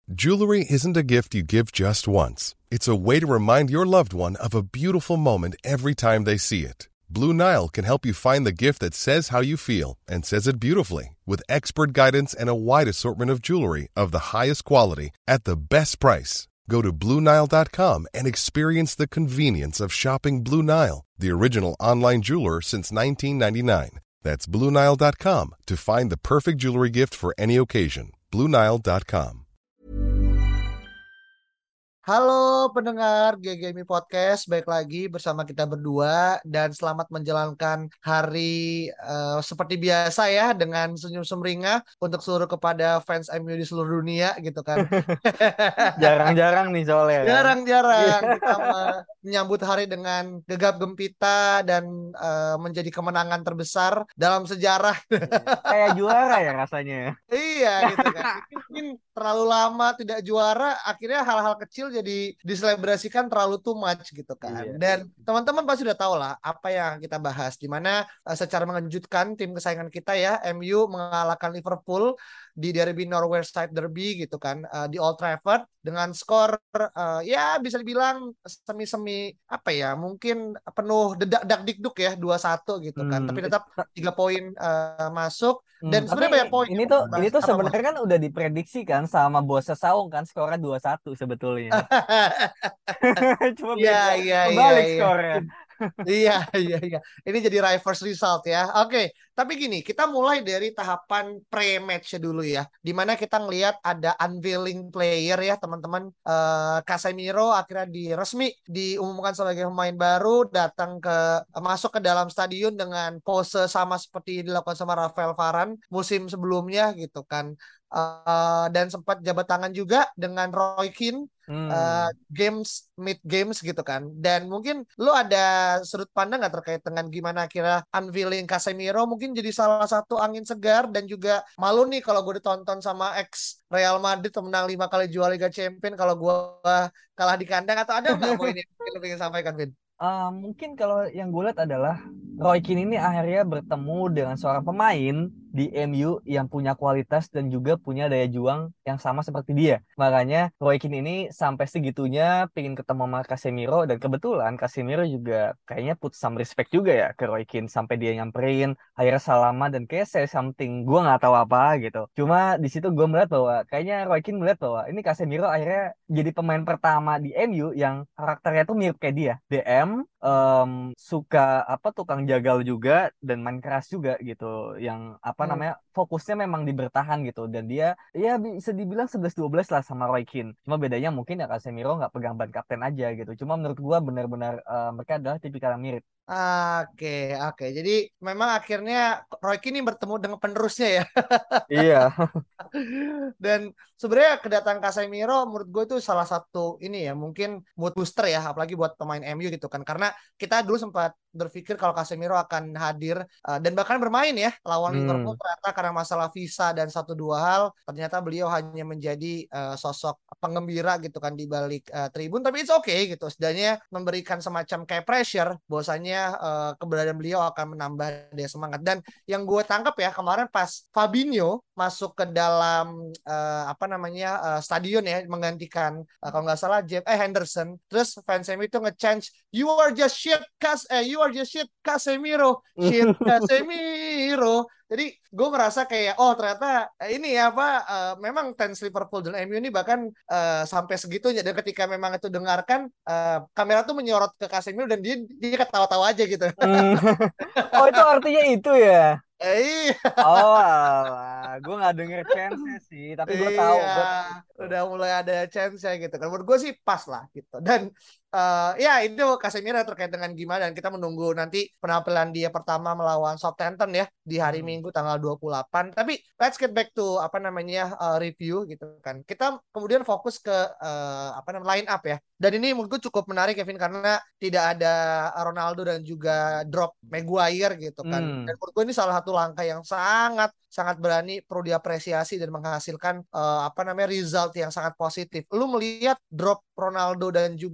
Jewelry isn't a gift you give just once. It's a way to remind your loved one of a beautiful moment every time they see it. Blue Nile can help you find the gift that says how you feel and says it beautifully, with expert guidance and a wide assortment of jewelry of the highest quality at the best price. Go to BlueNile.com and experience the convenience of shopping Blue Nile, the original online jeweler since 1999. That's BlueNile.com to find the perfect jewelry gift for any occasion. BlueNile.com. Halo pendengar GGMI Podcast, baik lagi bersama kita berdua dan selamat menjalankan hari seperti biasa ya dengan senyum sumringah untuk seluruh kepada fans MU di seluruh dunia gitu kan. Jarang-jarang nih soalnya kan. Jarang-jarang kita menyambut hari dengan gegap gempita dan menjadi kemenangan terbesar dalam sejarah. Kayak juara ya rasanya. Iya gitu kan. Mungkin terlalu lama tidak juara, akhirnya hal-hal kecil jadi diselebrasikan terlalu too much gitu kan. Iya. Dan teman-teman pasti udah tahu lah apa yang kita bahas, di mana secara mengejutkan tim kesayangan kita ya MU mengalahkan Liverpool di derby Northwest Derby gitu kan, di Old Trafford dengan skor ya bisa dibilang semi-semi apa ya, mungkin penuh dedak dikduk ya 2-1 gitu kan. Tapi tetap 3 poin masuk dan sebenarnya banyak poin. Ini tuh sebenarnya kan udah diprediksi kan sama bos Saung kan, skornya 2-1 sebetulnya. Cuma kebalik skornya. Iya. Ini jadi reverse result ya. Oke, tapi gini, kita mulai dari tahapan pre-match dulu ya. Dimana kita ngelihat ada unveiling player ya, teman-teman. Casemiro akhirnya resmi diumumkan sebagai pemain baru, masuk ke dalam stadion dengan pose sama seperti dilakukan sama Rafael Varane musim sebelumnya gitu kan. Dan sempat jabat tangan juga dengan Roy Keane mid games gitu kan. Dan mungkin lu ada sudut pandang nggak terkait dengan gimana kira unveiling Casemiro mungkin jadi salah satu angin segar, dan juga malu nih kalau gue ditonton sama ex Real Madrid menang 5 kali juara Liga Champions kalau gue kalah di kandang, atau ada nggak poin yang lu pengen sampaikan, Vin? Mungkin kalau yang gue lihat adalah Roy Keane ini akhirnya bertemu dengan seorang pemain di MU yang punya kualitas dan juga punya daya juang yang sama seperti dia. Makanya Roy Keane ini sampai segitunya pengen ketemu sama Casemiro, dan kebetulan Casemiro juga kayaknya put some respect juga ya ke Roy Keane sampai dia nyamperin, akhirnya salaman dan kayak say something, gue nggak tahu apa gitu. Cuma di situ gue melihat bahwa kayaknya Roy Keane melihat bahwa ini Casemiro akhirnya jadi pemain pertama di MU yang karakternya tuh mirip kayak dia, DM, suka tukang jagal juga dan main keras juga gitu, yang fokusnya memang di bertahan gitu, dan dia ya bisa dibilang 11-12 lah sama Roy Keane. Cuma bedanya mungkin ya Casemiro nggak pegang ban kapten aja gitu. Cuma menurut gua benar-benar mereka adalah tipikal yang mirip. Oke. Jadi memang akhirnya Roy Keane bertemu dengan penerusnya ya. Iya. Dan sebenarnya kedatangan Casemiro menurut gue itu salah satu ini ya, mungkin mood booster ya, apalagi buat pemain MU gitu kan. Karena kita dulu sempat berpikir kalau Casemiro akan hadir dan bahkan bermain ya lawan Liverpool, ternyata karena masalah visa dan 1-2 hal, ternyata beliau hanya menjadi sosok penggembira gitu kan di balik tribun. Tapi it's okay gitu, setidaknya memberikan semacam kayak pressure bahwasanya keberadaan beliau akan menambah daya semangat. Dan yang gue tangkap ya kemarin pas Fabinho masuk ke dalam stadion ya, menggantikan kalau nggak salah Henderson, terus fans MU itu nge-change you are just shit Casemiro, shit Casemiro. Jadi gue ngerasa kayak ternyata ini memang fans Liverpool dan MU ini bahkan sampai segitunya, dan ketika memang itu dengarkan kamera tuh menyorot ke Casemiro dan dia ketawa-tawa aja gitu. Oh, itu artinya itu ya. Iya. Gue nggak denger chance sih, tapi gue tahu. Udah mulai ada chance ya gitu kan. Menurut gue sih pas lah gitu. Dan ya itu Casemiro terkait dengan gimana, dan kita menunggu nanti penampilan dia pertama melawan Southampton ya di hari Minggu tanggal 28. Tapi let's get back to review gitu kan. Kita kemudian fokus ke line up ya. Dan ini menurut gue cukup menarik Kevin, karena tidak ada Ronaldo dan juga drop Maguire gitu kan. Dan menurut gue ini salah satu langkah yang sangat berani, perlu diapresiasi dan menghasilkan result yang sangat positif. Lu melihat drop Ronaldo dan juga Maguire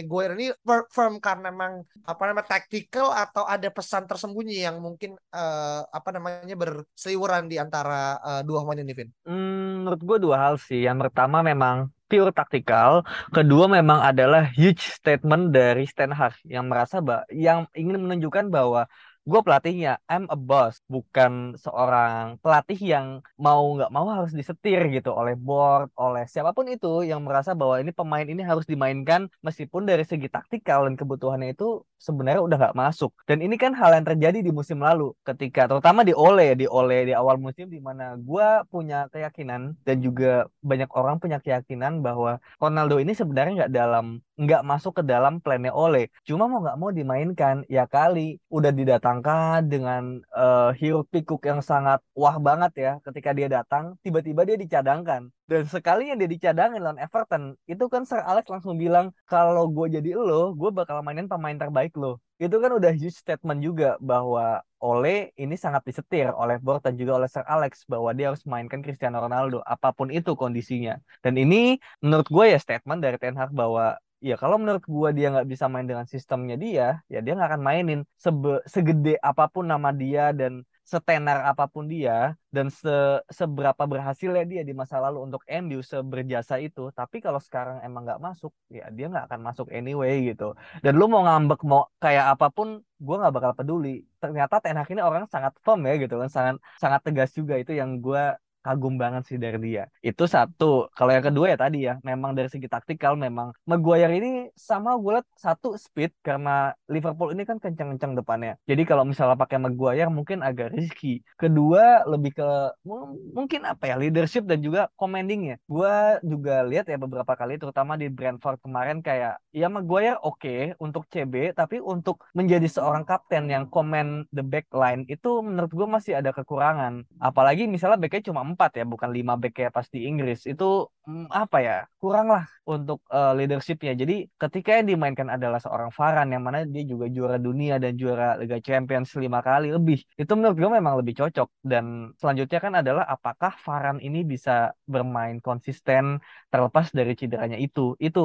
Maguire ini firm karena memang apa namanya tactical atau ada pesan tersembunyi yang mungkin apa namanya berseliweran di antara dua pemain ini, Vin? Menurut gue dua hal sih. Yang pertama memang pure taktikal. Kedua memang adalah huge statement dari Ten Hag yang yang ingin menunjukkan bahwa gue pelatihnya, I'm a boss, bukan seorang pelatih yang mau nggak mau harus disetir gitu oleh board, oleh siapapun itu yang merasa bahwa ini pemain ini harus dimainkan meskipun dari segi taktikal dan kebutuhannya itu sebenarnya udah nggak masuk. Dan ini kan hal yang terjadi di musim lalu ketika terutama di Ole di awal musim di mana gue punya keyakinan dan juga banyak orang punya keyakinan bahwa Ronaldo ini sebenarnya nggak masuk ke dalam plannya Ole. Cuma mau nggak mau dimainkan ya kali udah didatangkan dengan hiruk pikuk yang sangat wah banget ya ketika dia datang tiba-tiba dia dicadangkan. Dan sekalinya dia dicadangin lawan Everton, itu kan Sir Alex langsung bilang kalau gue jadi gue bakal mainin pemain terbaik lo. Itu kan udah huge statement juga bahwa Ole ini sangat disetir oleh board dan juga oleh Sir Alex bahwa dia harus mainkan Cristiano Ronaldo apapun itu kondisinya. Dan ini menurut gue ya statement dari Ten Hag bahwa ya kalau menurut gue dia nggak bisa main dengan sistemnya ya dia nggak akan mainin segede apapun nama dia dan setenar apapun dia dan seberapa berhasilnya dia di masa lalu untuk MU seberjasa itu. Tapi kalau sekarang emang nggak masuk, ya dia nggak akan masuk anyway gitu. Dan lu mau ngambek mau kayak apapun, gue nggak bakal peduli. Ternyata Ten Hag ini orang sangat firm ya gitu kan, sangat sangat tegas juga itu yang gue kagum banget sih dari dia. Itu satu. Kalau yang kedua ya tadi ya, memang dari segi taktikal memang Maguire ini sama gue liat satu speed karena Liverpool ini kan kencang-kencang depannya. Jadi kalau misalnya pakai Maguire mungkin agak risky. Kedua lebih ke mungkin apa ya leadership dan juga commandingnya. Gue juga lihat ya beberapa kali terutama di Brentford kemarin kayak ya Maguire oke untuk CB tapi untuk menjadi seorang kapten yang command the back line itu menurut gue masih ada kekurangan. Apalagi misalnya backnya cuma 4 ya, bukan 5 back kayak pas di Inggris. Itu apa ya, kurang lah untuk leadershipnya. Jadi ketika yang dimainkan adalah seorang Varane yang mana dia juga juara dunia dan juara Liga Champions 5 kali lebih. Itu menurut gue memang lebih cocok. Dan selanjutnya kan adalah apakah Varane ini bisa bermain konsisten terlepas dari cederanya itu. Itu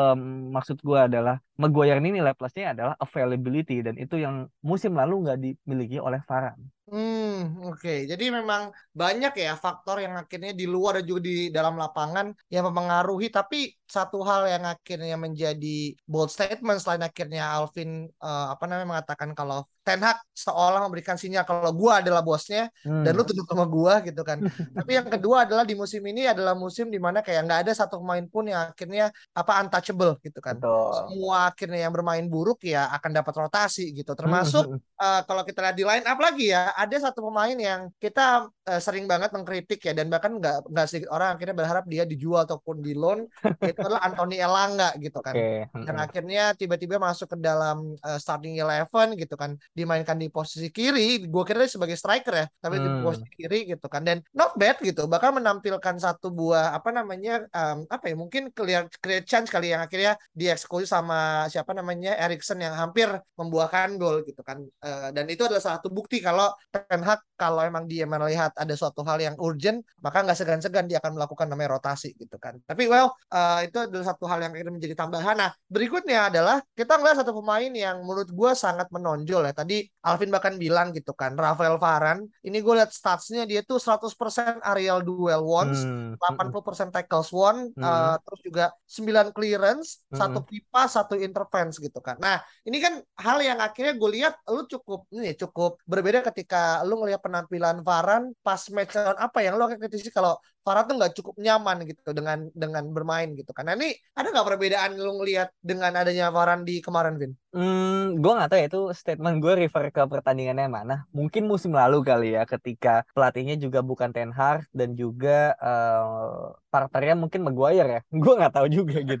maksud gue adalah Maguire ini nilai plusnya adalah availability dan itu yang musim lalu nggak dimiliki oleh Varane. Oke. Jadi memang banyak ya faktor yang akhirnya di luar dan juga di dalam lapangan yang mempengaruhi. Tapi satu hal yang akhirnya menjadi bold statement selain akhirnya Alvin apa namanya mengatakan kalau Ten Hag seolah memberikan sinyal kalau gua adalah bosnya dan lu tunduk sama gua gitu kan. Tapi yang kedua adalah di musim ini adalah musim di mana kayak nggak ada satu pemain pun yang akhirnya apa untouchable gitu kan. Betul. Semua akhirnya yang bermain buruk ya akan dapat rotasi gitu. Termasuk kalau kita lihat di line up lagi ya, ada satu pemain yang kita sering banget mengkritik ya dan bahkan nggak sedikit orang akhirnya berharap dia dijual ataupun di loan itu adalah Anthony Elanga gitu kan. Oke. Yang akhirnya tiba-tiba masuk ke dalam starting 11 gitu kan, dimainkan di posisi kiri, gue kira dia sebagai striker ya, tapi di posisi kiri gitu kan, dan not bad gitu, bahkan menampilkan satu buah apa namanya apa ya mungkin create chance kali yang akhirnya dieksekusi sama siapa namanya Erikson yang hampir membuahkan gol gitu kan. Dan itu adalah satu bukti kalau Ten Hag kalau emang dia melihat ada suatu hal yang urgent maka nggak segan-segan dia akan melakukan namanya rotasi gitu kan. Tapi itu adalah satu hal yang akhirnya menjadi tambahan. Nah berikutnya adalah kita ngeliat satu pemain yang menurut gue sangat menonjol ya. Tadi Alvin bahkan bilang gitu kan, Rafael Varane ini gue lihat statsnya dia tuh 100% aerial duel wons, 80% tackles won, terus juga 9 clearance, 1 pipa, 1 interference gitu kan. Nah ini kan hal yang akhirnya gue lihat lu cukup berbeda ketika lu ngelihat penampilan Varane pas match apa yang lu akan kritisi kalau Varane tuh nggak cukup nyaman gitu dengan bermain gitu kan. Nah ini ada nggak perbedaan lu ngelihat dengan adanya Varane di kemarin, Vin? Gue nggak tahu ya itu statement gue refer ke pertandingannya mana. Mungkin musim lalu kali ya ketika pelatihnya juga bukan Ten Hag dan juga partnernya mungkin Maguire ya. Gue nggak tahu juga gitu.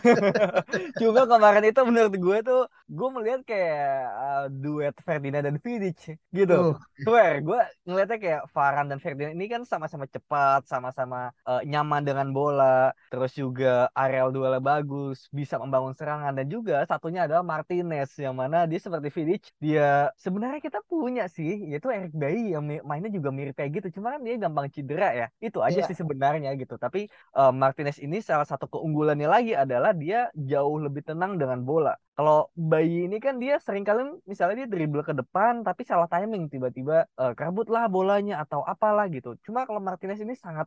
Cuma kemarin itu menurut gue tuh gue melihat kayak duet Ferdinand dan Vidic gitu. Swear gue ngeliatnya kayak Varane dan Ferdinand ini kan sama-sama cepat, sama-sama sama-sama nyaman dengan bola, terus juga aerial duelnya bagus, bisa membangun serangan, dan juga satunya adalah Martinez yang mana dia seperti Vidic, dia sebenarnya kita punya sih, yaitu Eric Bailly yang mainnya juga mirip kayak gitu, cuma kan dia gampang cedera ya. Itu aja sih Iya. sebenarnya gitu. Tapi Martinez ini salah satu keunggulannya lagi adalah dia jauh lebih tenang dengan bola. Kalau Bayi ini kan dia seringkali misalnya dia dribble ke depan tapi salah timing, tiba-tiba kerebutlah bolanya atau apalah gitu. Cuma kalau Martinez ini sangat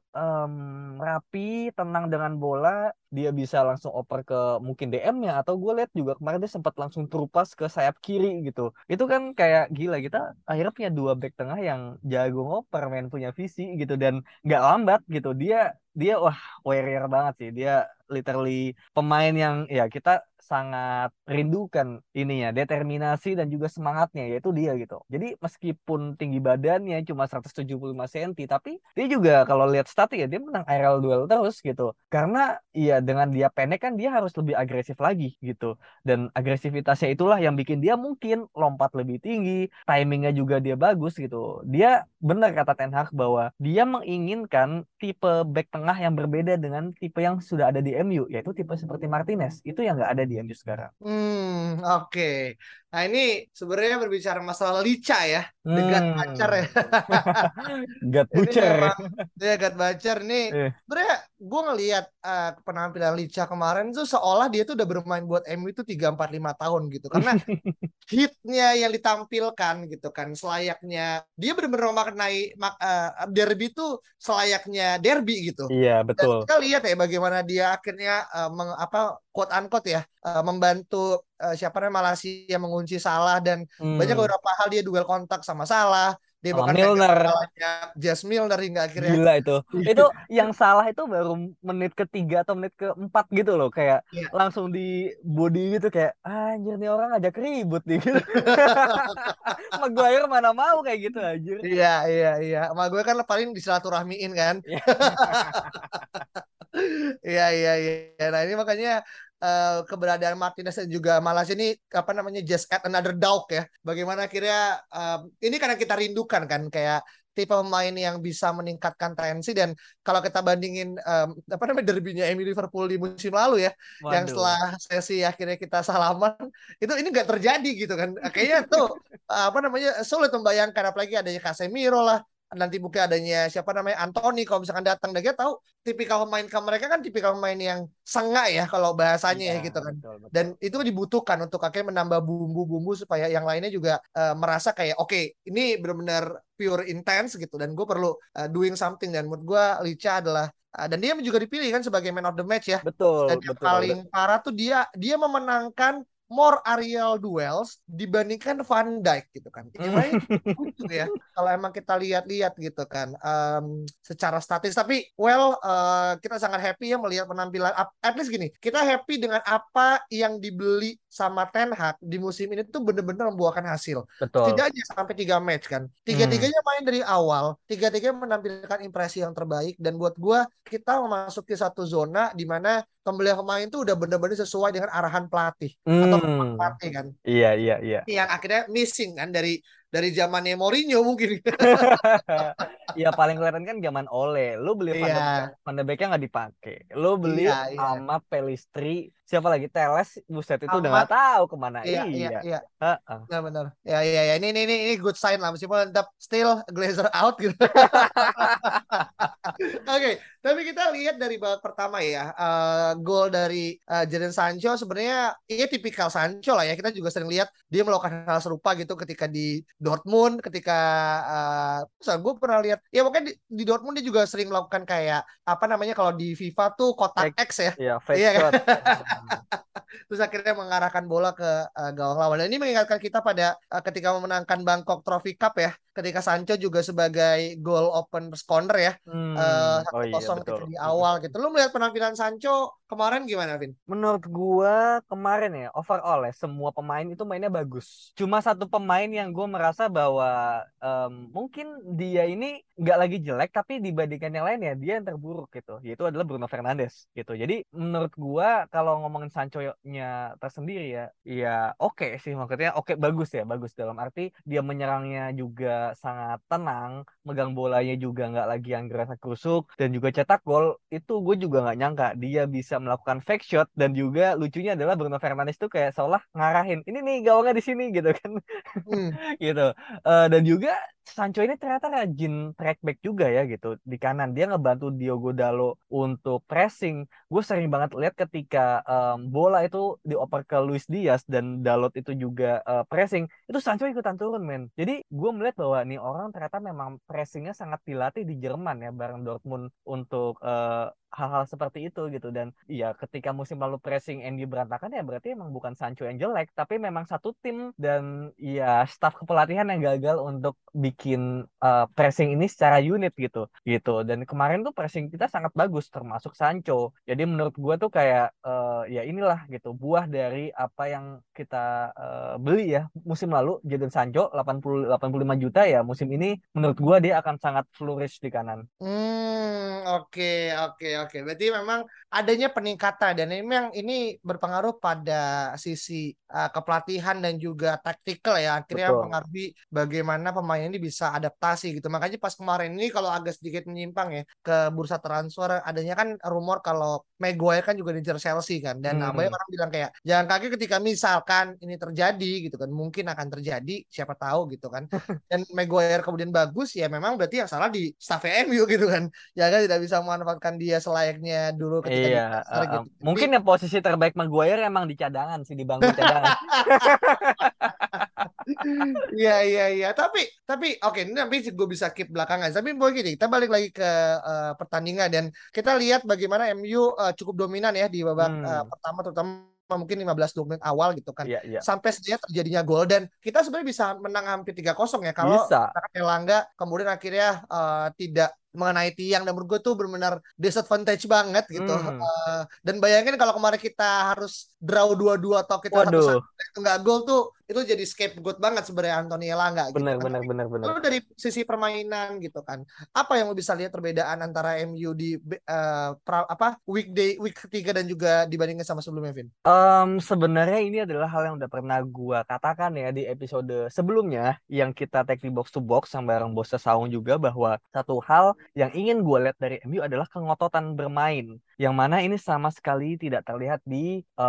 rapi, tenang dengan bola, dia bisa langsung oper ke mungkin DM-nya, atau gue lihat juga kemarin dia sempat langsung terupas ke sayap kiri gitu. Itu kan kayak gila, kita akhirnya punya dua back tengah yang jago ngoper, men, punya visi gitu dan nggak lambat gitu. Dia dia wah, warrior banget sih. Dia literally pemain yang ya kita sangat rindukan ininya, determinasi dan juga semangatnya, yaitu dia gitu. Jadi meskipun tinggi badannya cuma 175 cm, tapi dia juga kalau lihat stat ya dia menang aerial duel terus gitu. Karena ya dengan dia pendek kan dia harus lebih agresif lagi gitu. Dan agresivitasnya itulah yang bikin dia mungkin lompat lebih tinggi, timingnya juga dia bagus gitu. Dia benar kata Ten Hag bahwa dia menginginkan tipe back tengah yang berbeda dengan tipe yang sudah ada di MU, yaitu tipe seperti Martinez. Itu yang nggak ada di MU sekarang. Oke. Nah, ini sebenarnya berbicara masalah Licha ya, The God Butcher ya. God Ini Butcher. memang ya God Butcher nih. Eh. Sebenarnya gue ngelihat penampilan Licha kemarin tuh seolah dia tuh udah bermain buat MU itu 3 4 5 tahun gitu. Karena hitnya yang ditampilkan gitu kan selayaknya dia benar-benar memaknai derby itu selayaknya derby gitu. Iya, Dan betul. kita lihat ya bagaimana dia akhirnya quote unquote ya membantu siapa namanya Malaysia mengunci Salah, dan banyak Hmm. beberapa hal dia duel kontak sama Salah, dia Sama bahkan pegang Milner. kepalanya Jazz Milner hingga akhirnya. Gila itu. Itu yang salah itu baru menit ketiga atau menit keempat gitu loh. Kayak Iya. langsung di body gitu, kayak anjir nih orang ngajak ribut nih gitu. Maguire mana mau kayak gitu anjir. Iya, iya, iya. Sama gue kan paling disilaturahmiin kan. Iya, iya, iya. Nah, ini makanya keberadaan Martinez dan juga Malaysia ini apa namanya just add another dog ya. Bagaimana akhirnya ini karena kita rindukan kan kayak tipe pemain yang bisa meningkatkan tensi, dan kalau kita bandingin apa namanya derbynya MU Liverpool di musim lalu ya, yang Waduh. setelah sesi akhirnya kita salaman itu ini nggak terjadi gitu kan. Kayaknya tuh apa namanya sulit membayangkan, apalagi adanya Casemiro lah, nanti mungkin adanya siapa namanya Anthony kalau misalkan datang, dan kita tahu tipikal pemain ke mereka kan tipikal pemain yang sengak ya kalau bahasanya Iya, ya gitu kan, betul, betul. dan itu dibutuhkan untuk akhirnya menambah bumbu-bumbu supaya yang lainnya juga merasa kayak oke, ini benar-benar pure intense gitu, dan gue perlu doing something, dan menurut gue Licha adalah dan dia juga dipilih kan sebagai man of the match ya, dan Betul, yang betul. paling parah tuh dia memenangkan more aerial duels dibandingkan Van Dijk gitu kan. Yang lain lucu ya. Kalau emang kita lihat-lihat gitu kan secara statis, tapi kita sangat happy ya melihat penampilan at least gini, kita happy dengan apa yang dibeli sama Ten Hag di musim ini tuh bener-bener membuahkan hasil. Betul. Setidaknya sampai 3 match kan, Hmm. tiga-tiganya main dari awal, tiga-tiganya menampilkan impresi yang terbaik, dan buat gue kita memasuki satu zona di mana pembelian pemain tuh udah bener-bener sesuai dengan arahan pelatih atau Hmm. pelatih kan, Iya, iya, iya. yang akhirnya missing kan dari zamannya Mourinho mungkin. Iya, paling kelihatan kan zaman Ole. Lu beli Van de Beek, Iya, Van de Beeknya nggak dipakai. Lu beli iya, iya. Amat, Pelistri, siapa lagi, Teles, buset itu udah Amat, nggak tahu kemana. iya, iya, Iya. iya. Heeh. Benar-benar. Ya, iya, ya. Ini good sign lah, meskipun tetap still Glazer out gitu. Oke, tapi kita lihat dari babak pertama ya, gol dari Jadon Sancho sebenarnya ini tipikal Sancho lah ya. Kita juga sering lihat dia melakukan hal serupa gitu ketika di Dortmund, ketika gue pernah lihat, ya pokoknya di Dortmund dia juga sering melakukan kayak apa namanya kalau di FIFA tuh kotak Fake, X ya. ya, fake Iya kan? shot. Hmm. Terus akhirnya mengarahkan bola ke gawang lawan. Dan ini mengingatkan kita pada ketika memenangkan Bangkok Trophy Cup ya, ketika Sancho juga sebagai goal open corner ya, Oh satu iya, kosong betul. ketika di awal gitu. Lu melihat penampilan Sancho kemarin gimana, Vin? Menurut gua kemarin ya, overall ya, semua pemain itu mainnya bagus. Cuma satu pemain yang gua merasa bahwa mungkin dia ini nggak lagi jelek, tapi dibandingkan yang lain ya dia yang terburuk gitu. Yaitu adalah Bruno Fernandes gitu. Jadi menurut gua kalau ngomongin Sancho-nya tersendiri ya, ya oke sih, maksudnya oke, bagus ya, bagus dalam arti dia menyerangnya juga sangat tenang, megang bolanya juga nggak lagi yang gerasa kerusuk dan juga cetak gol. Itu gue juga nggak nyangka dia bisa melakukan fake shot, dan juga lucunya adalah Bruno Fernandes tuh kayak seolah ngarahin ini nih gawangnya di sini gitu kan. Hmm. Gitu. Dan juga Sancho ini ternyata rajin track back juga ya gitu di kanan. Dia ngebantu Diogo Dalo untuk pressing. Gue sering banget lihat ketika bola itu dioper ke Luis Diaz dan Dalot itu juga pressing, itu Sancho ikutan turun men. Jadi gue melihat bahwa nih orang ternyata memang pressingnya sangat dilatih di Jerman ya bareng Dortmund untuk hal-hal seperti itu gitu. Dan iya, ketika musim lalu pressing MU berantakan ya berarti emang bukan Sancho yang jelek, tapi memang satu tim dan ya staf kepelatihan yang gagal untuk bikin pressing ini secara unit gitu. Dan kemarin tuh pressing kita sangat bagus termasuk Sancho. Jadi menurut gua tuh kayak ya inilah gitu buah dari apa yang kita beli ya musim lalu. Jadon Sancho 85 juta ya, musim ini menurut gua dia akan sangat flourish di kanan. Oke, oke, oke. Berarti memang adanya peningkatan dan ini memang ini berpengaruh pada sisi kepelatihan dan juga taktikal ya. Akhirnya Betul. mempengaruhi bagaimana pemain ini bisa adaptasi gitu. Makanya pas kemarin ini kalau agak sedikit menyimpang ya ke bursa transfer, adanya kan rumor kalau Maguire kan juga diincar Chelsea kan. Dan banyak Hmm. orang bilang kayak jangan kaget ketika misalkan ini terjadi gitu kan. Mungkin akan terjadi, siapa tahu gitu kan. Dan Maguire kemudian bagus ya memang berarti yang salah di staff MU gitu kan, ya kan tidak bisa memanfaatkan dia selayaknya dulu ketika Iya, di Leicester gitu. Tapi mungkin yang posisi terbaik Maguire emang di cadangan sih, di bangku cadangan. iya, iya, iya. Tapi oke, ini nanti gue bisa keep belakangan. Tapi boleh gini, kita balik lagi ke pertandingan dan kita lihat bagaimana MU cukup dominan ya di babak Hmm, pertama, terutama mungkin 15-20 menit awal gitu kan. iya iya, Sampai sebenarnya terjadinya gol dan kita sebenarnya bisa menang hampir 3-0 ya kalau bisa. Elangga kemudian akhirnya tidak mengenai tiang dan menurut gue tuh benar-benar disadvantage banget gitu. Hmm, Dan bayangin kalau kemarin kita harus draw 2-2 atau kita satu waduh, satu itu nggak gol tuh itu jadi scapegoat banget sebenarnya Anthony Elanga gitu benar kan. benar Tapi benar benar. lu dari sisi permainan gitu kan, apa yang lu bisa lihat perbedaan antara MU di week ketiga dan juga dibandingkan sama sebelumnya, Vin? Sebenarnya ini adalah hal yang udah pernah gua katakan ya di episode sebelumnya yang kita tag di box to box sama bareng Bos Saung juga, bahwa satu hal yang ingin gua lihat dari MU adalah kengototan bermain, yang mana ini sama sekali tidak terlihat di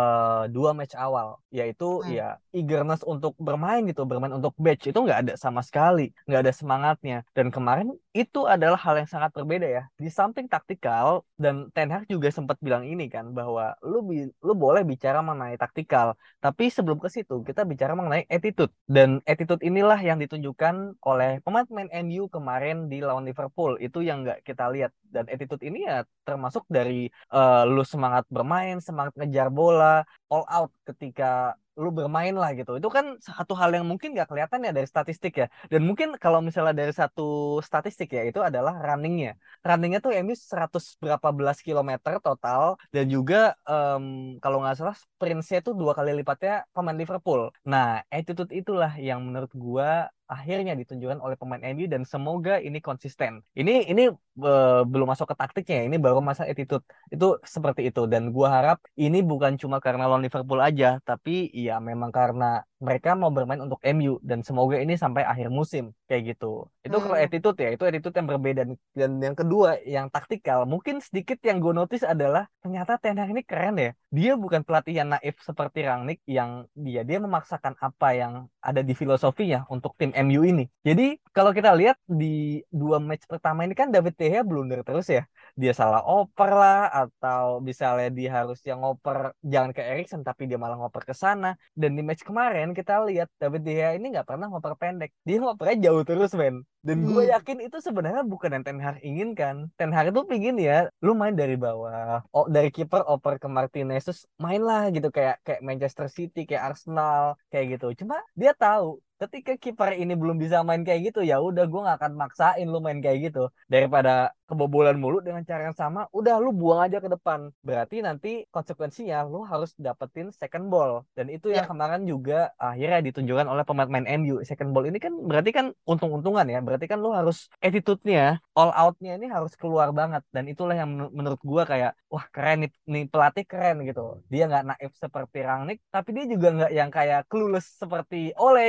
dua match awal, yaitu Hmm. ya eagerness untuk bermain gitu, bermain untuk batch itu nggak ada sama sekali, nggak ada semangatnya. Dan kemarin itu adalah hal yang sangat berbeda ya. Di samping taktikal, dan Ten Hag juga sempat bilang ini kan bahwa lu boleh bicara mengenai taktikal, tapi sebelum ke situ kita bicara mengenai attitude. Dan attitude inilah yang ditunjukkan oleh pemain-pemain MU kemarin di lawan Liverpool. Itu yang nggak kita lihat. Dan attitude ini ya termasuk dari lu semangat bermain, semangat ngejar bola, all out ketika lu bermain lah gitu. Itu kan satu hal yang mungkin gak kelihatan ya dari statistik ya. Dan mungkin kalau misalnya dari satu statistik ya, itu adalah runningnya. Runningnya tuh MU 100 berapa belas kilometer total. Dan juga kalau nggak salah sprintnya tuh dua kali lipatnya pemain Liverpool. Nah, attitude itulah yang menurut gua akhirnya ditunjukkan oleh pemain MU, dan semoga ini konsisten. Ini belum masuk ke taktiknya ya, ini baru masa attitude. Itu seperti itu, dan gua harap ini bukan cuma karena lawan Liverpool aja, tapi ya memang karena mereka mau bermain untuk MU, dan semoga ini sampai akhir musim kayak gitu. Itu kalau Hmm. attitude ya, itu attitude yang berbeda. Dan yang kedua, yang taktikal, mungkin sedikit yang gue notice adalah ternyata Ten Hag ini keren ya. Dia bukan pelatih yang naif seperti Rangnick yang dia memaksakan apa yang ada di filosofinya untuk tim MU ini. Jadi kalau kita lihat di dua match pertama ini kan David De Gea blunder terus ya. Dia salah oper lah, atau misalnya dia harusnya ngoper jangan ke Erikson tapi dia malah ngoper ke sana. Dan di match kemarin kita lihat David De Gea ini nggak pernah ngoper pendek. Dia ngopernya jauh terus, men. Dan gue Hmm. yakin itu sebenarnya bukan yang Ten Hag inginkan. Ten Hag itu pingin ya, lu main dari bawah, oh, dari kiper oper ke Martinez, terus main lah gitu kayak kayak Manchester City, kayak Arsenal, kayak gitu. Cuma dia tahu ketika kiper ini belum bisa main kayak gitu, ya udah gue nggak akan maksain lu main kayak gitu. Daripada kebobolan mulu dengan cara yang sama, udah lu buang aja ke depan. Berarti nanti konsekuensinya lu harus dapetin second ball. Dan itu yang Ya. kemarin juga akhirnya ditunjukkan oleh pemain-pemain MU. Second ball ini kan berarti kan untung-untungan ya. Berarti kan lu harus attitude-nya, all out-nya ini harus keluar banget. Dan itulah yang menurut gua kayak, wah keren nih pelatih keren gitu. Dia nggak naif seperti Rangnick, tapi dia juga nggak yang kayak clueless seperti Ole gitu.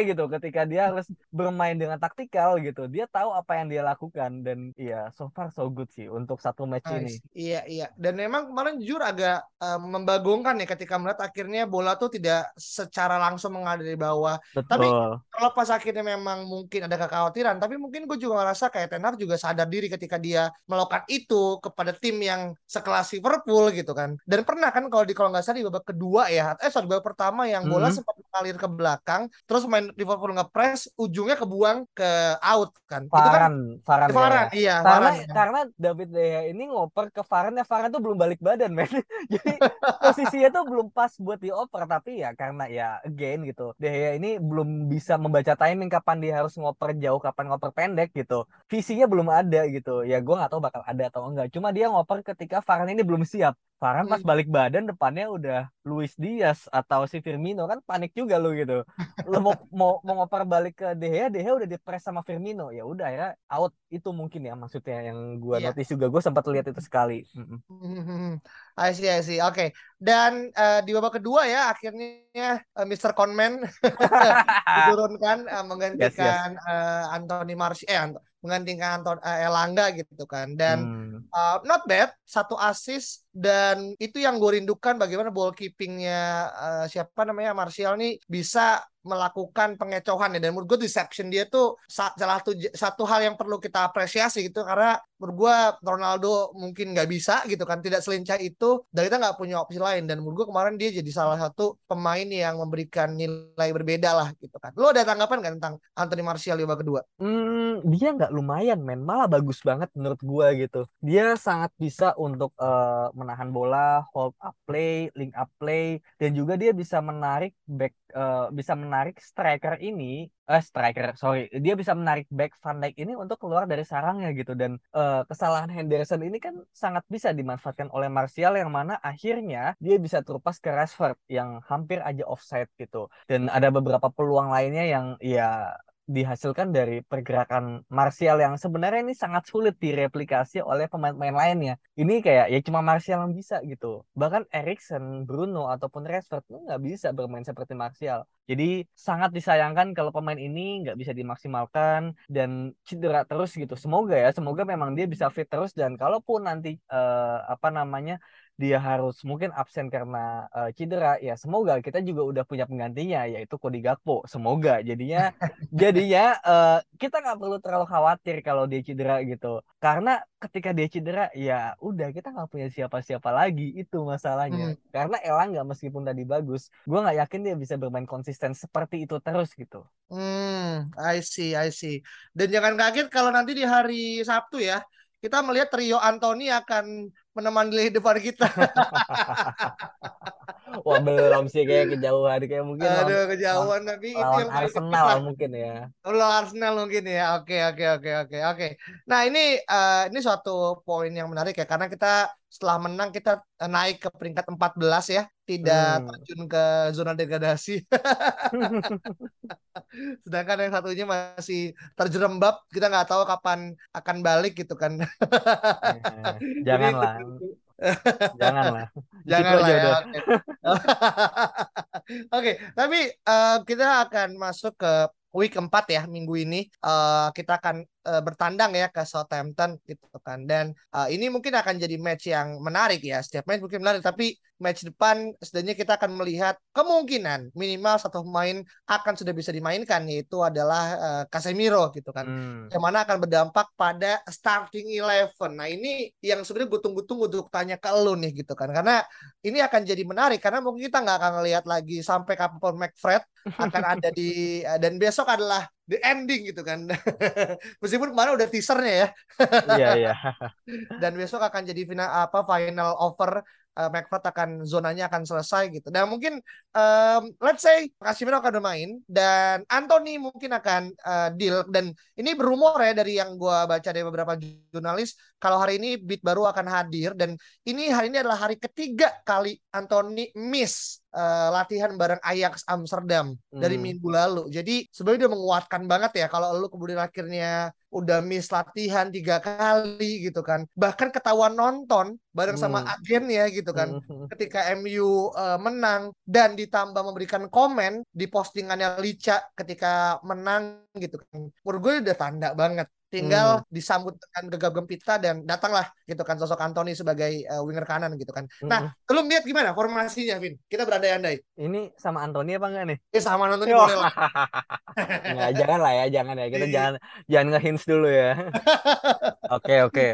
ketika dia harus bermain dengan taktikal gitu. Dia tahu apa yang dia lakukan dan ya so far so good sih untuk satu match ini. Nice. Iya, iya. Dan memang kemarin jujur agak membagongkan ya ketika melihat akhirnya bola tuh tidak secara langsung mengalir dari bawah. Tapi Betul. kalau pas akhirnya memang mungkin ada kekhawatiran, tapi mungkin gue juga ngerasa kayak Ten Hag juga sadar diri ketika dia melakukan itu kepada tim yang sekelas Liverpool gitu kan. Dan pernah kan kalau nggak salah di babak kedua ya, sorry babak pertama yang bola Mm-mm. sempat mengalir ke belakang, terus main Liverpool nge-press, ujungnya kebuang ke out kan. Itu kan Varane Varane, kayaknya. iya Karena Varane kan. karena David De Gea ini ngoper ke Varane, ya Varane tuh belum balik badan, men. Jadi posisinya tuh belum pas buat dioper, tapi ya karena ya again gitu. De Gea ini belum bisa membaca timing kapan dia harus ngoper jauh, kapan ngoper pendek gitu. Visinya belum ada gitu. Ya gue nggak tahu bakal ada atau enggak. Cuma dia ngoper ketika Varane ini belum siap. Varane pas Hmm. balik badan depannya udah Luis Diaz atau si Firmino, kan panik juga lu gitu. Lu mau ngoper balik ke De Gea udah dipres sama Firmino. Ya udah akhirnya out, itu mungkin ya maksudnya yang gua Iya. notice juga. Gue sempat lihat itu sekali. Mm-mm. I see, I see. Oke. Dan di babak kedua ya akhirnya Mr. Conman diturunkan Yes, yes. menggantikan Anthony Martial menggantikan Elanga gitu kan. Dan Hmm. not bad, satu assist dan itu yang gue rindukan bagaimana ball keepingnya siapa namanya Martial nih bisa melakukan pengecohan ya, dan menurut gue deception dia tuh salah satu hal yang perlu kita apresiasi gitu, karena menurut gue Ronaldo mungkin nggak bisa gitu kan, tidak selincah itu, dan kita nggak punya opsi lain, dan menurut gue kemarin dia jadi salah satu pemain yang memberikan nilai berbeda lah gitu kan. Lo ada tanggapan nggak tentang Anthony Martial di babak kedua? Dia nggak lumayan, men. Malah bagus banget menurut gua gitu. Dia sangat bisa untuk menahan bola, hold up play, link up play, dan juga dia bisa menarik bisa menarik striker ini, striker, sorry, dia bisa menarik back Van Dijk ini untuk keluar dari sarangnya gitu. Dan kesalahan Henderson ini kan sangat bisa dimanfaatkan oleh Martial, yang mana akhirnya dia bisa terlepas ke Rashford yang hampir aja offside gitu. Dan ada beberapa peluang lainnya yang ya dihasilkan dari pergerakan Martial yang sebenarnya ini sangat sulit direplikasi oleh pemain-pemain lainnya. Ini kayak ya cuma Martial yang bisa gitu. Bahkan Erikson, Bruno ataupun Rashford tuh nggak bisa bermain seperti Martial. Jadi sangat disayangkan kalau pemain ini nggak bisa dimaksimalkan dan cedera terus gitu. Semoga ya, semoga memang dia bisa fit terus, dan kalaupun nanti apa namanya dia harus mungkin absen karena cedera, ya semoga kita juga udah punya penggantinya yaitu Cody Gakpo. Semoga jadinya kita nggak perlu terlalu khawatir kalau dia cedera gitu. Karena ketika dia cedera ya udah kita nggak punya siapa-siapa lagi, itu masalahnya. Hmm. Karena Elanga meskipun tadi bagus, gue nggak yakin dia bisa bermain konsisten seperti itu terus gitu. I see, I see. Dan jangan kaget kalau nanti di hari Sabtu ya, kita melihat trio Anthony akan menemani di depan kita. Wah, belum sih, kayak kejauhan, kayak mungkin lawan Aduh, lawan, kejauhan, tapi itu lawan yang paling dekat Arsenal lah. mungkin ya. Lo Arsenal mungkin ya. Oke, oke, oke, oke, oke. Nah, ini suatu poin yang menarik ya, karena kita setelah menang kita naik ke peringkat 14 ya, tidak Hmm. terjun ke zona degradasi. Sedangkan yang satunya masih terjerembab, kita nggak tahu kapan akan balik gitu kan. Jadi Janganlah, janganlah. Di situ janganlah aja ya. udah. Oke. Oke, tapi kita akan masuk ke week 4 ya minggu ini. Kita akan bertandang ya ke Southampton gitu kan. Dan ini mungkin akan jadi match yang menarik ya. Setiap match mungkin menarik, tapi match depan setidaknya kita akan melihat kemungkinan minimal satu pemain akan sudah bisa dimainkan, yaitu adalah Casemiro gitu kan. Hmm. Yang mana akan berdampak pada starting 11. Nah, ini yang sebenarnya gue tunggu-tunggu untuk tanya ke lu nih gitu kan. Karena ini akan jadi menarik karena mungkin kita nggak akan ngelihat lagi sampai kapan McFred akan ada di dan besok adalah the ending gitu kan. Meskipun kemarin udah teasernya ya, Iya, iya. dan besok akan jadi final over, McFred akan zonanya akan selesai gitu. Dan mungkin let's say Casemiro akan bermain dan Anthony mungkin akan deal, dan ini berumor ya dari yang gue baca dari beberapa jurnalis kalau hari ini Beat baru akan hadir, dan hari ini adalah hari ketiga kali Anthony miss latihan bareng Ajax Amsterdam dari Hmm. minggu lalu. Jadi sebenarnya udah menguatkan banget ya kalau lu kemudian akhirnya udah miss latihan 3 kali gitu kan. Bahkan ketahuan nonton bareng sama Hmm. agennya gitu kan. Hmm. Ketika MU menang dan ditambah memberikan komen di postingannya Licha ketika menang gitu kan. Menurut gue udah tanda banget. Hmm. Tinggal disambut dengan gegap gempita dan datanglah gitu kan sosok Anthony sebagai winger kanan gitu kan. Nah, Hmm. lu lihat gimana formasinya, Vin? Kita berandai-andai. Ini sama Anthony apa enggak nih? Sama Anthony Wah, boleh lah. nggak, jangan lah ya, jangan ya. Kita Iya. jangan jangan nge-hints dulu ya. Oke, oke.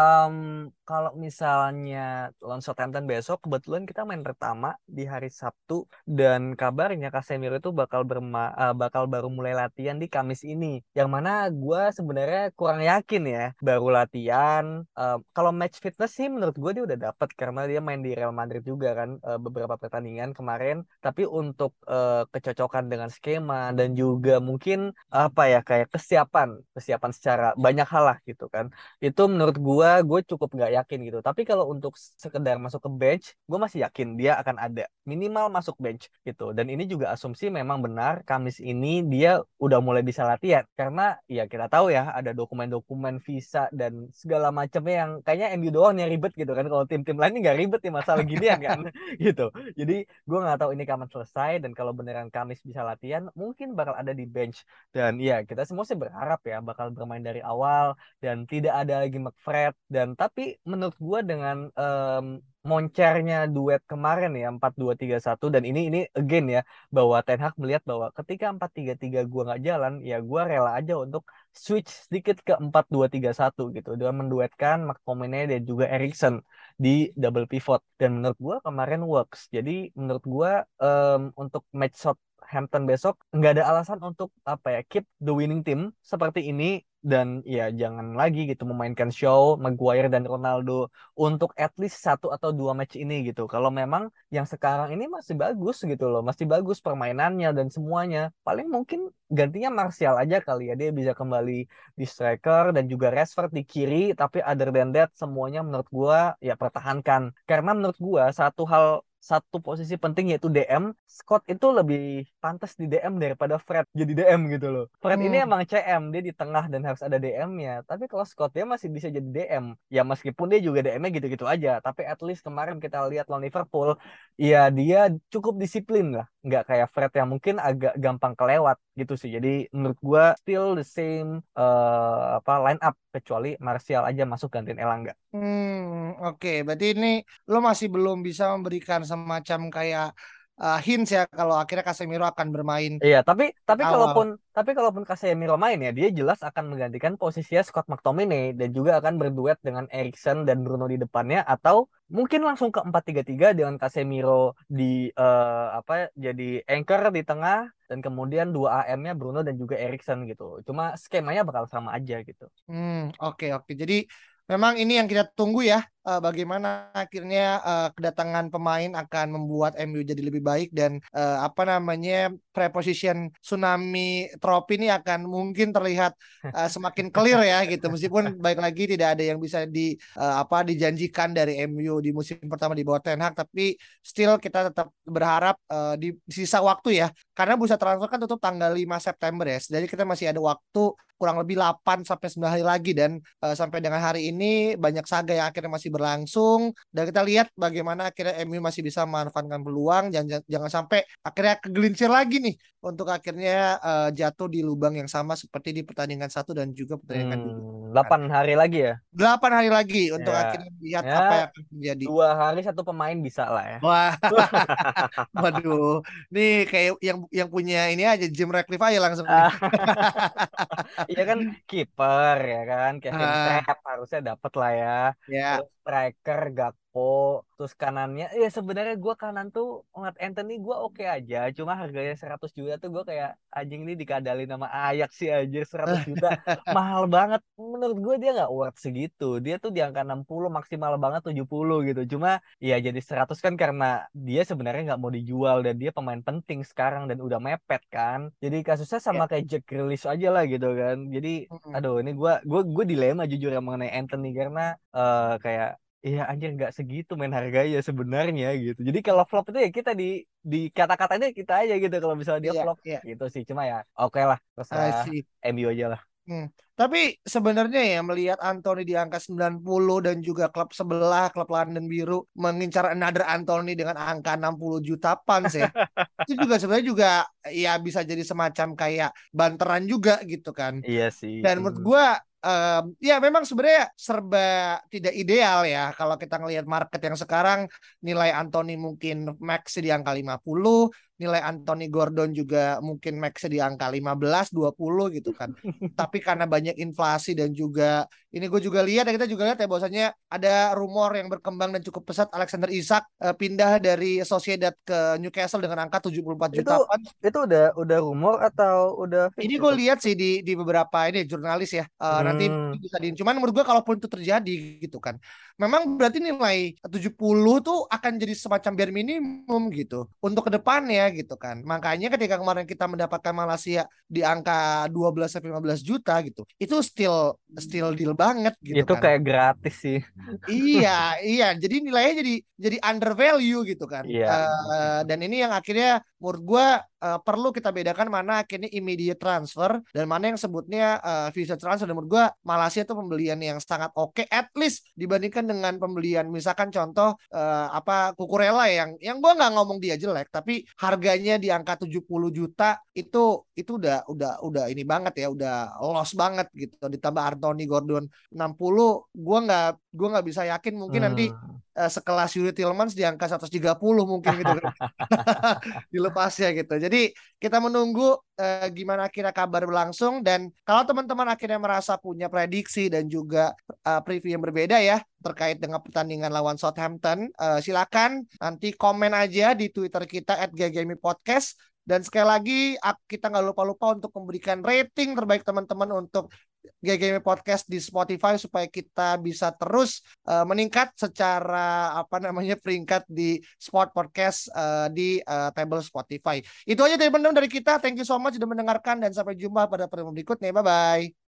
Kalau misalnya lawan Southampton besok, kebetulan kita main pertama di hari Sabtu dan kabarnya Casemiro itu bakal baru mulai latihan di Kamis ini. Yang mana gue sebenarnya kurang yakin ya baru latihan. Kalau match fitness sih menurut gue dia udah dapet karena dia main di Real Madrid juga kan beberapa pertandingan kemarin. Tapi untuk kecocokan dengan skema dan juga mungkin apa ya kayak kesiapan secara banyak hal lah gitu kan, itu menurut gue cukup nggak yakin gitu. Tapi kalau untuk sekedar masuk ke bench, gue masih yakin dia akan ada minimal masuk bench gitu. Dan ini juga asumsi memang benar Kamis ini dia udah mulai bisa latihan karena ya kita tahu ya ada dokumen-dokumen visa dan segala macamnya yang kayaknya MU doang yang ribet gitu kan. Kalau tim-tim lain nggak ribet nih masalah ginian kan gitu. Jadi gue nggak tahu ini kapan selesai dan kalau beneran Kamis bisa latihan mungkin bakal ada di bench. Dan ya kita semua sih berharap ya bakal bermain dari awal dan tidak ada lagi McFred. Dan tapi menurut gue dengan moncernya duet kemarin ya 4-2-3-1 dan ini again ya bahwa Ten Hag melihat bahwa ketika 4-3-3 gue nggak jalan ya gue rela aja untuk switch sedikit ke 4-2-3-1 gitu dengan menduetkan McTominay dan juga Eriksen di double pivot dan menurut gue kemarin works. Jadi menurut gue untuk match Southampton besok nggak ada alasan untuk apa ya keep the winning team seperti ini dan ya jangan lagi gitu memainkan show Maguire dan Ronaldo untuk at least 1 atau 2 match ini gitu. Kalau memang yang sekarang ini masih bagus gitu loh, masih bagus permainannya dan semuanya. Paling mungkin gantinya Martial aja kali ya, dia bisa kembali di striker dan juga Rashford di kiri. Tapi other than that semuanya menurut gua ya pertahankan. Karena menurut gua satu posisi penting yaitu DM, Scott itu lebih pantas di DM daripada Fred jadi DM gitu loh. Fred ini Hmm. emang CM, dia di tengah dan harus ada DM-nya. Tapi kalau Scott dia masih bisa jadi DM. Ya meskipun dia juga DM-nya gitu-gitu aja. Tapi at least kemarin kita lihat lawan Liverpool, ya dia cukup disiplin lah. Nggak kayak Fred yang mungkin agak gampang kelewat gitu sih. Jadi menurut gua still the same line up kecuali Martial aja masuk gantiin Elanga. Oke. Berarti ini lo masih belum bisa memberikan semacam kayak hints ya kalau akhirnya Casemiro akan bermain Iya, tapi di tapi awal. kalaupun Casemiro main ya, dia jelas akan menggantikan posisinya Scott McTominay dan juga akan berduet dengan Eriksen dan Bruno di depannya atau mungkin langsung ke 4-3-3 dengan Casemiro di jadi anchor di tengah dan kemudian 2 AM-nya Bruno dan juga Eriksen gitu. Cuma skemanya bakal sama aja gitu. Oke, oke. Jadi memang ini yang kita tunggu ya, bagaimana akhirnya kedatangan pemain akan membuat MU jadi lebih baik dan apa namanya preposition tsunami trop ini akan mungkin terlihat semakin clear ya gitu. Meskipun baik lagi tidak ada yang bisa dijanjikan dari MU di musim pertama di bawah Ten Hag, tapi still kita tetap berharap di sisa waktu ya, karena bursa transfer kan tutup tanggal 5 September ya. Jadi kita masih ada waktu kurang lebih 8 sampai 9 hari lagi dan sampai dengan hari ini banyak saga yang akhirnya masih berlangsung dan kita lihat bagaimana akhirnya MU masih bisa memanfaatkan peluang. Jangan sampai akhirnya kegelincir lagi nih untuk akhirnya jatuh di lubang yang sama seperti di pertandingan satu dan juga pertandingan dua. 8 hari lagi ya. 8 hari lagi untuk Ya, akhirnya lihat ya apa yang akan terjadi. 2 hari satu pemain bisa lah ya. Wah, waduh, nih kayak yang punya ini aja Jim Ratcliffe aja langsung nih. Iya kan kiper ya kan Kevin Ah, Trapp harusnya dapat lah ya. ya. Terus striker Gakpo, terus kanannya ya sebenarnya gue kanan tuh ngeliat Anthony gue oke aja, cuma harganya 100 juta tuh gue kayak anjing ini dikadalin sama Ajax sih aja 100 juta. Mahal banget. Menurut gue dia nggak worth segitu. Dia tuh di angka 60 maksimal banget 70 gitu. Cuma ya jadi 100 kan karena dia sebenarnya nggak mau dijual dan dia pemain penting sekarang dan udah mepet kan. Jadi kasusnya sama Ya. kayak Jack Grealish aja lah gitu kan. Jadi aduh ini gue dilema jujur ya mengenai Anthony karena kayak iya anjir nggak segitu main harganya sebenarnya gitu. Jadi kalau flop itu ya kita di kata-katanya kita aja gitu kalau misalnya dia Iya, flop iya. gitu sih. Cuma ya oke lah terserah I see. MU aja lah. Tapi sebenarnya ya melihat Anthony di angka 90 dan juga klub sebelah, klub London Biru mengincar another Anthony dengan angka 60 juta pounds ya. Itu juga sebenarnya juga ya bisa jadi semacam kayak banteran juga gitu kan. Iya sih. Dan menurut gue ya memang sebenarnya serba tidak ideal ya kalau kita ngelihat market yang sekarang, nilai Anthony mungkin max di angka 50, nilai Anthony Gordon juga mungkin max di angka 15 20 gitu kan. Tapi karena banyak inflasi dan juga ini gue juga lihat ya, kita juga lihat ya bahwasanya ada rumor yang berkembang dan cukup pesat Alexander Isak pindah dari Sociedad ke Newcastle dengan angka 74 Itu juta pound. itu udah rumor atau udah fix Ini gue itu? lihat sih di beberapa ini jurnalis ya. Nanti Hmm, bisa di. Cuman menurut gue kalaupun itu terjadi gitu kan, memang berarti nilai 70 tuh akan jadi semacam bare minimum gitu untuk kedepannya gitu kan. Makanya ketika kemarin kita mendapatkan Malaysia di angka 12 sampai 15 juta gitu, itu still still deal banget gitu itu kan. kayak gratis sih. Iya, iya. Jadi nilainya jadi under value gitu kan. Iya. Dan ini yang akhirnya menurut gue perlu kita bedakan mana akhirnya immediate transfer dan mana yang sebutnya future transfer. Dan menurut gue Malaysia itu pembelian yang sangat oke, at least dibandingkan dengan pembelian misalkan contoh apa Kukurela yang gue nggak ngomong dia jelek, tapi harganya di angka 70 juta itu udah ini banget ya, udah loss banget gitu. Ditambah Anthony Gordon 60, gue nggak bisa yakin, mungkin nanti Hmm. sekelas Yuri Tillmans di angka 130 mungkin gitu kan. Dilepasnya gitu. Jadi kita menunggu gimana akhirnya kabar berlangsung, dan kalau teman-teman akhirnya merasa punya prediksi dan juga preview yang berbeda ya terkait dengan pertandingan lawan Southampton, silakan nanti komen aja di Twitter kita @ggmipodcast. Dan sekali lagi kita nggak lupa-lupa untuk memberikan rating terbaik teman-teman untuk GGM Podcast di Spotify supaya kita bisa terus meningkat secara apa namanya peringkat di Sport Podcast di table Spotify. Itu aja dari teman-teman dari kita. Thank you so much sudah mendengarkan dan sampai jumpa pada pertemuan berikutnya. Bye bye.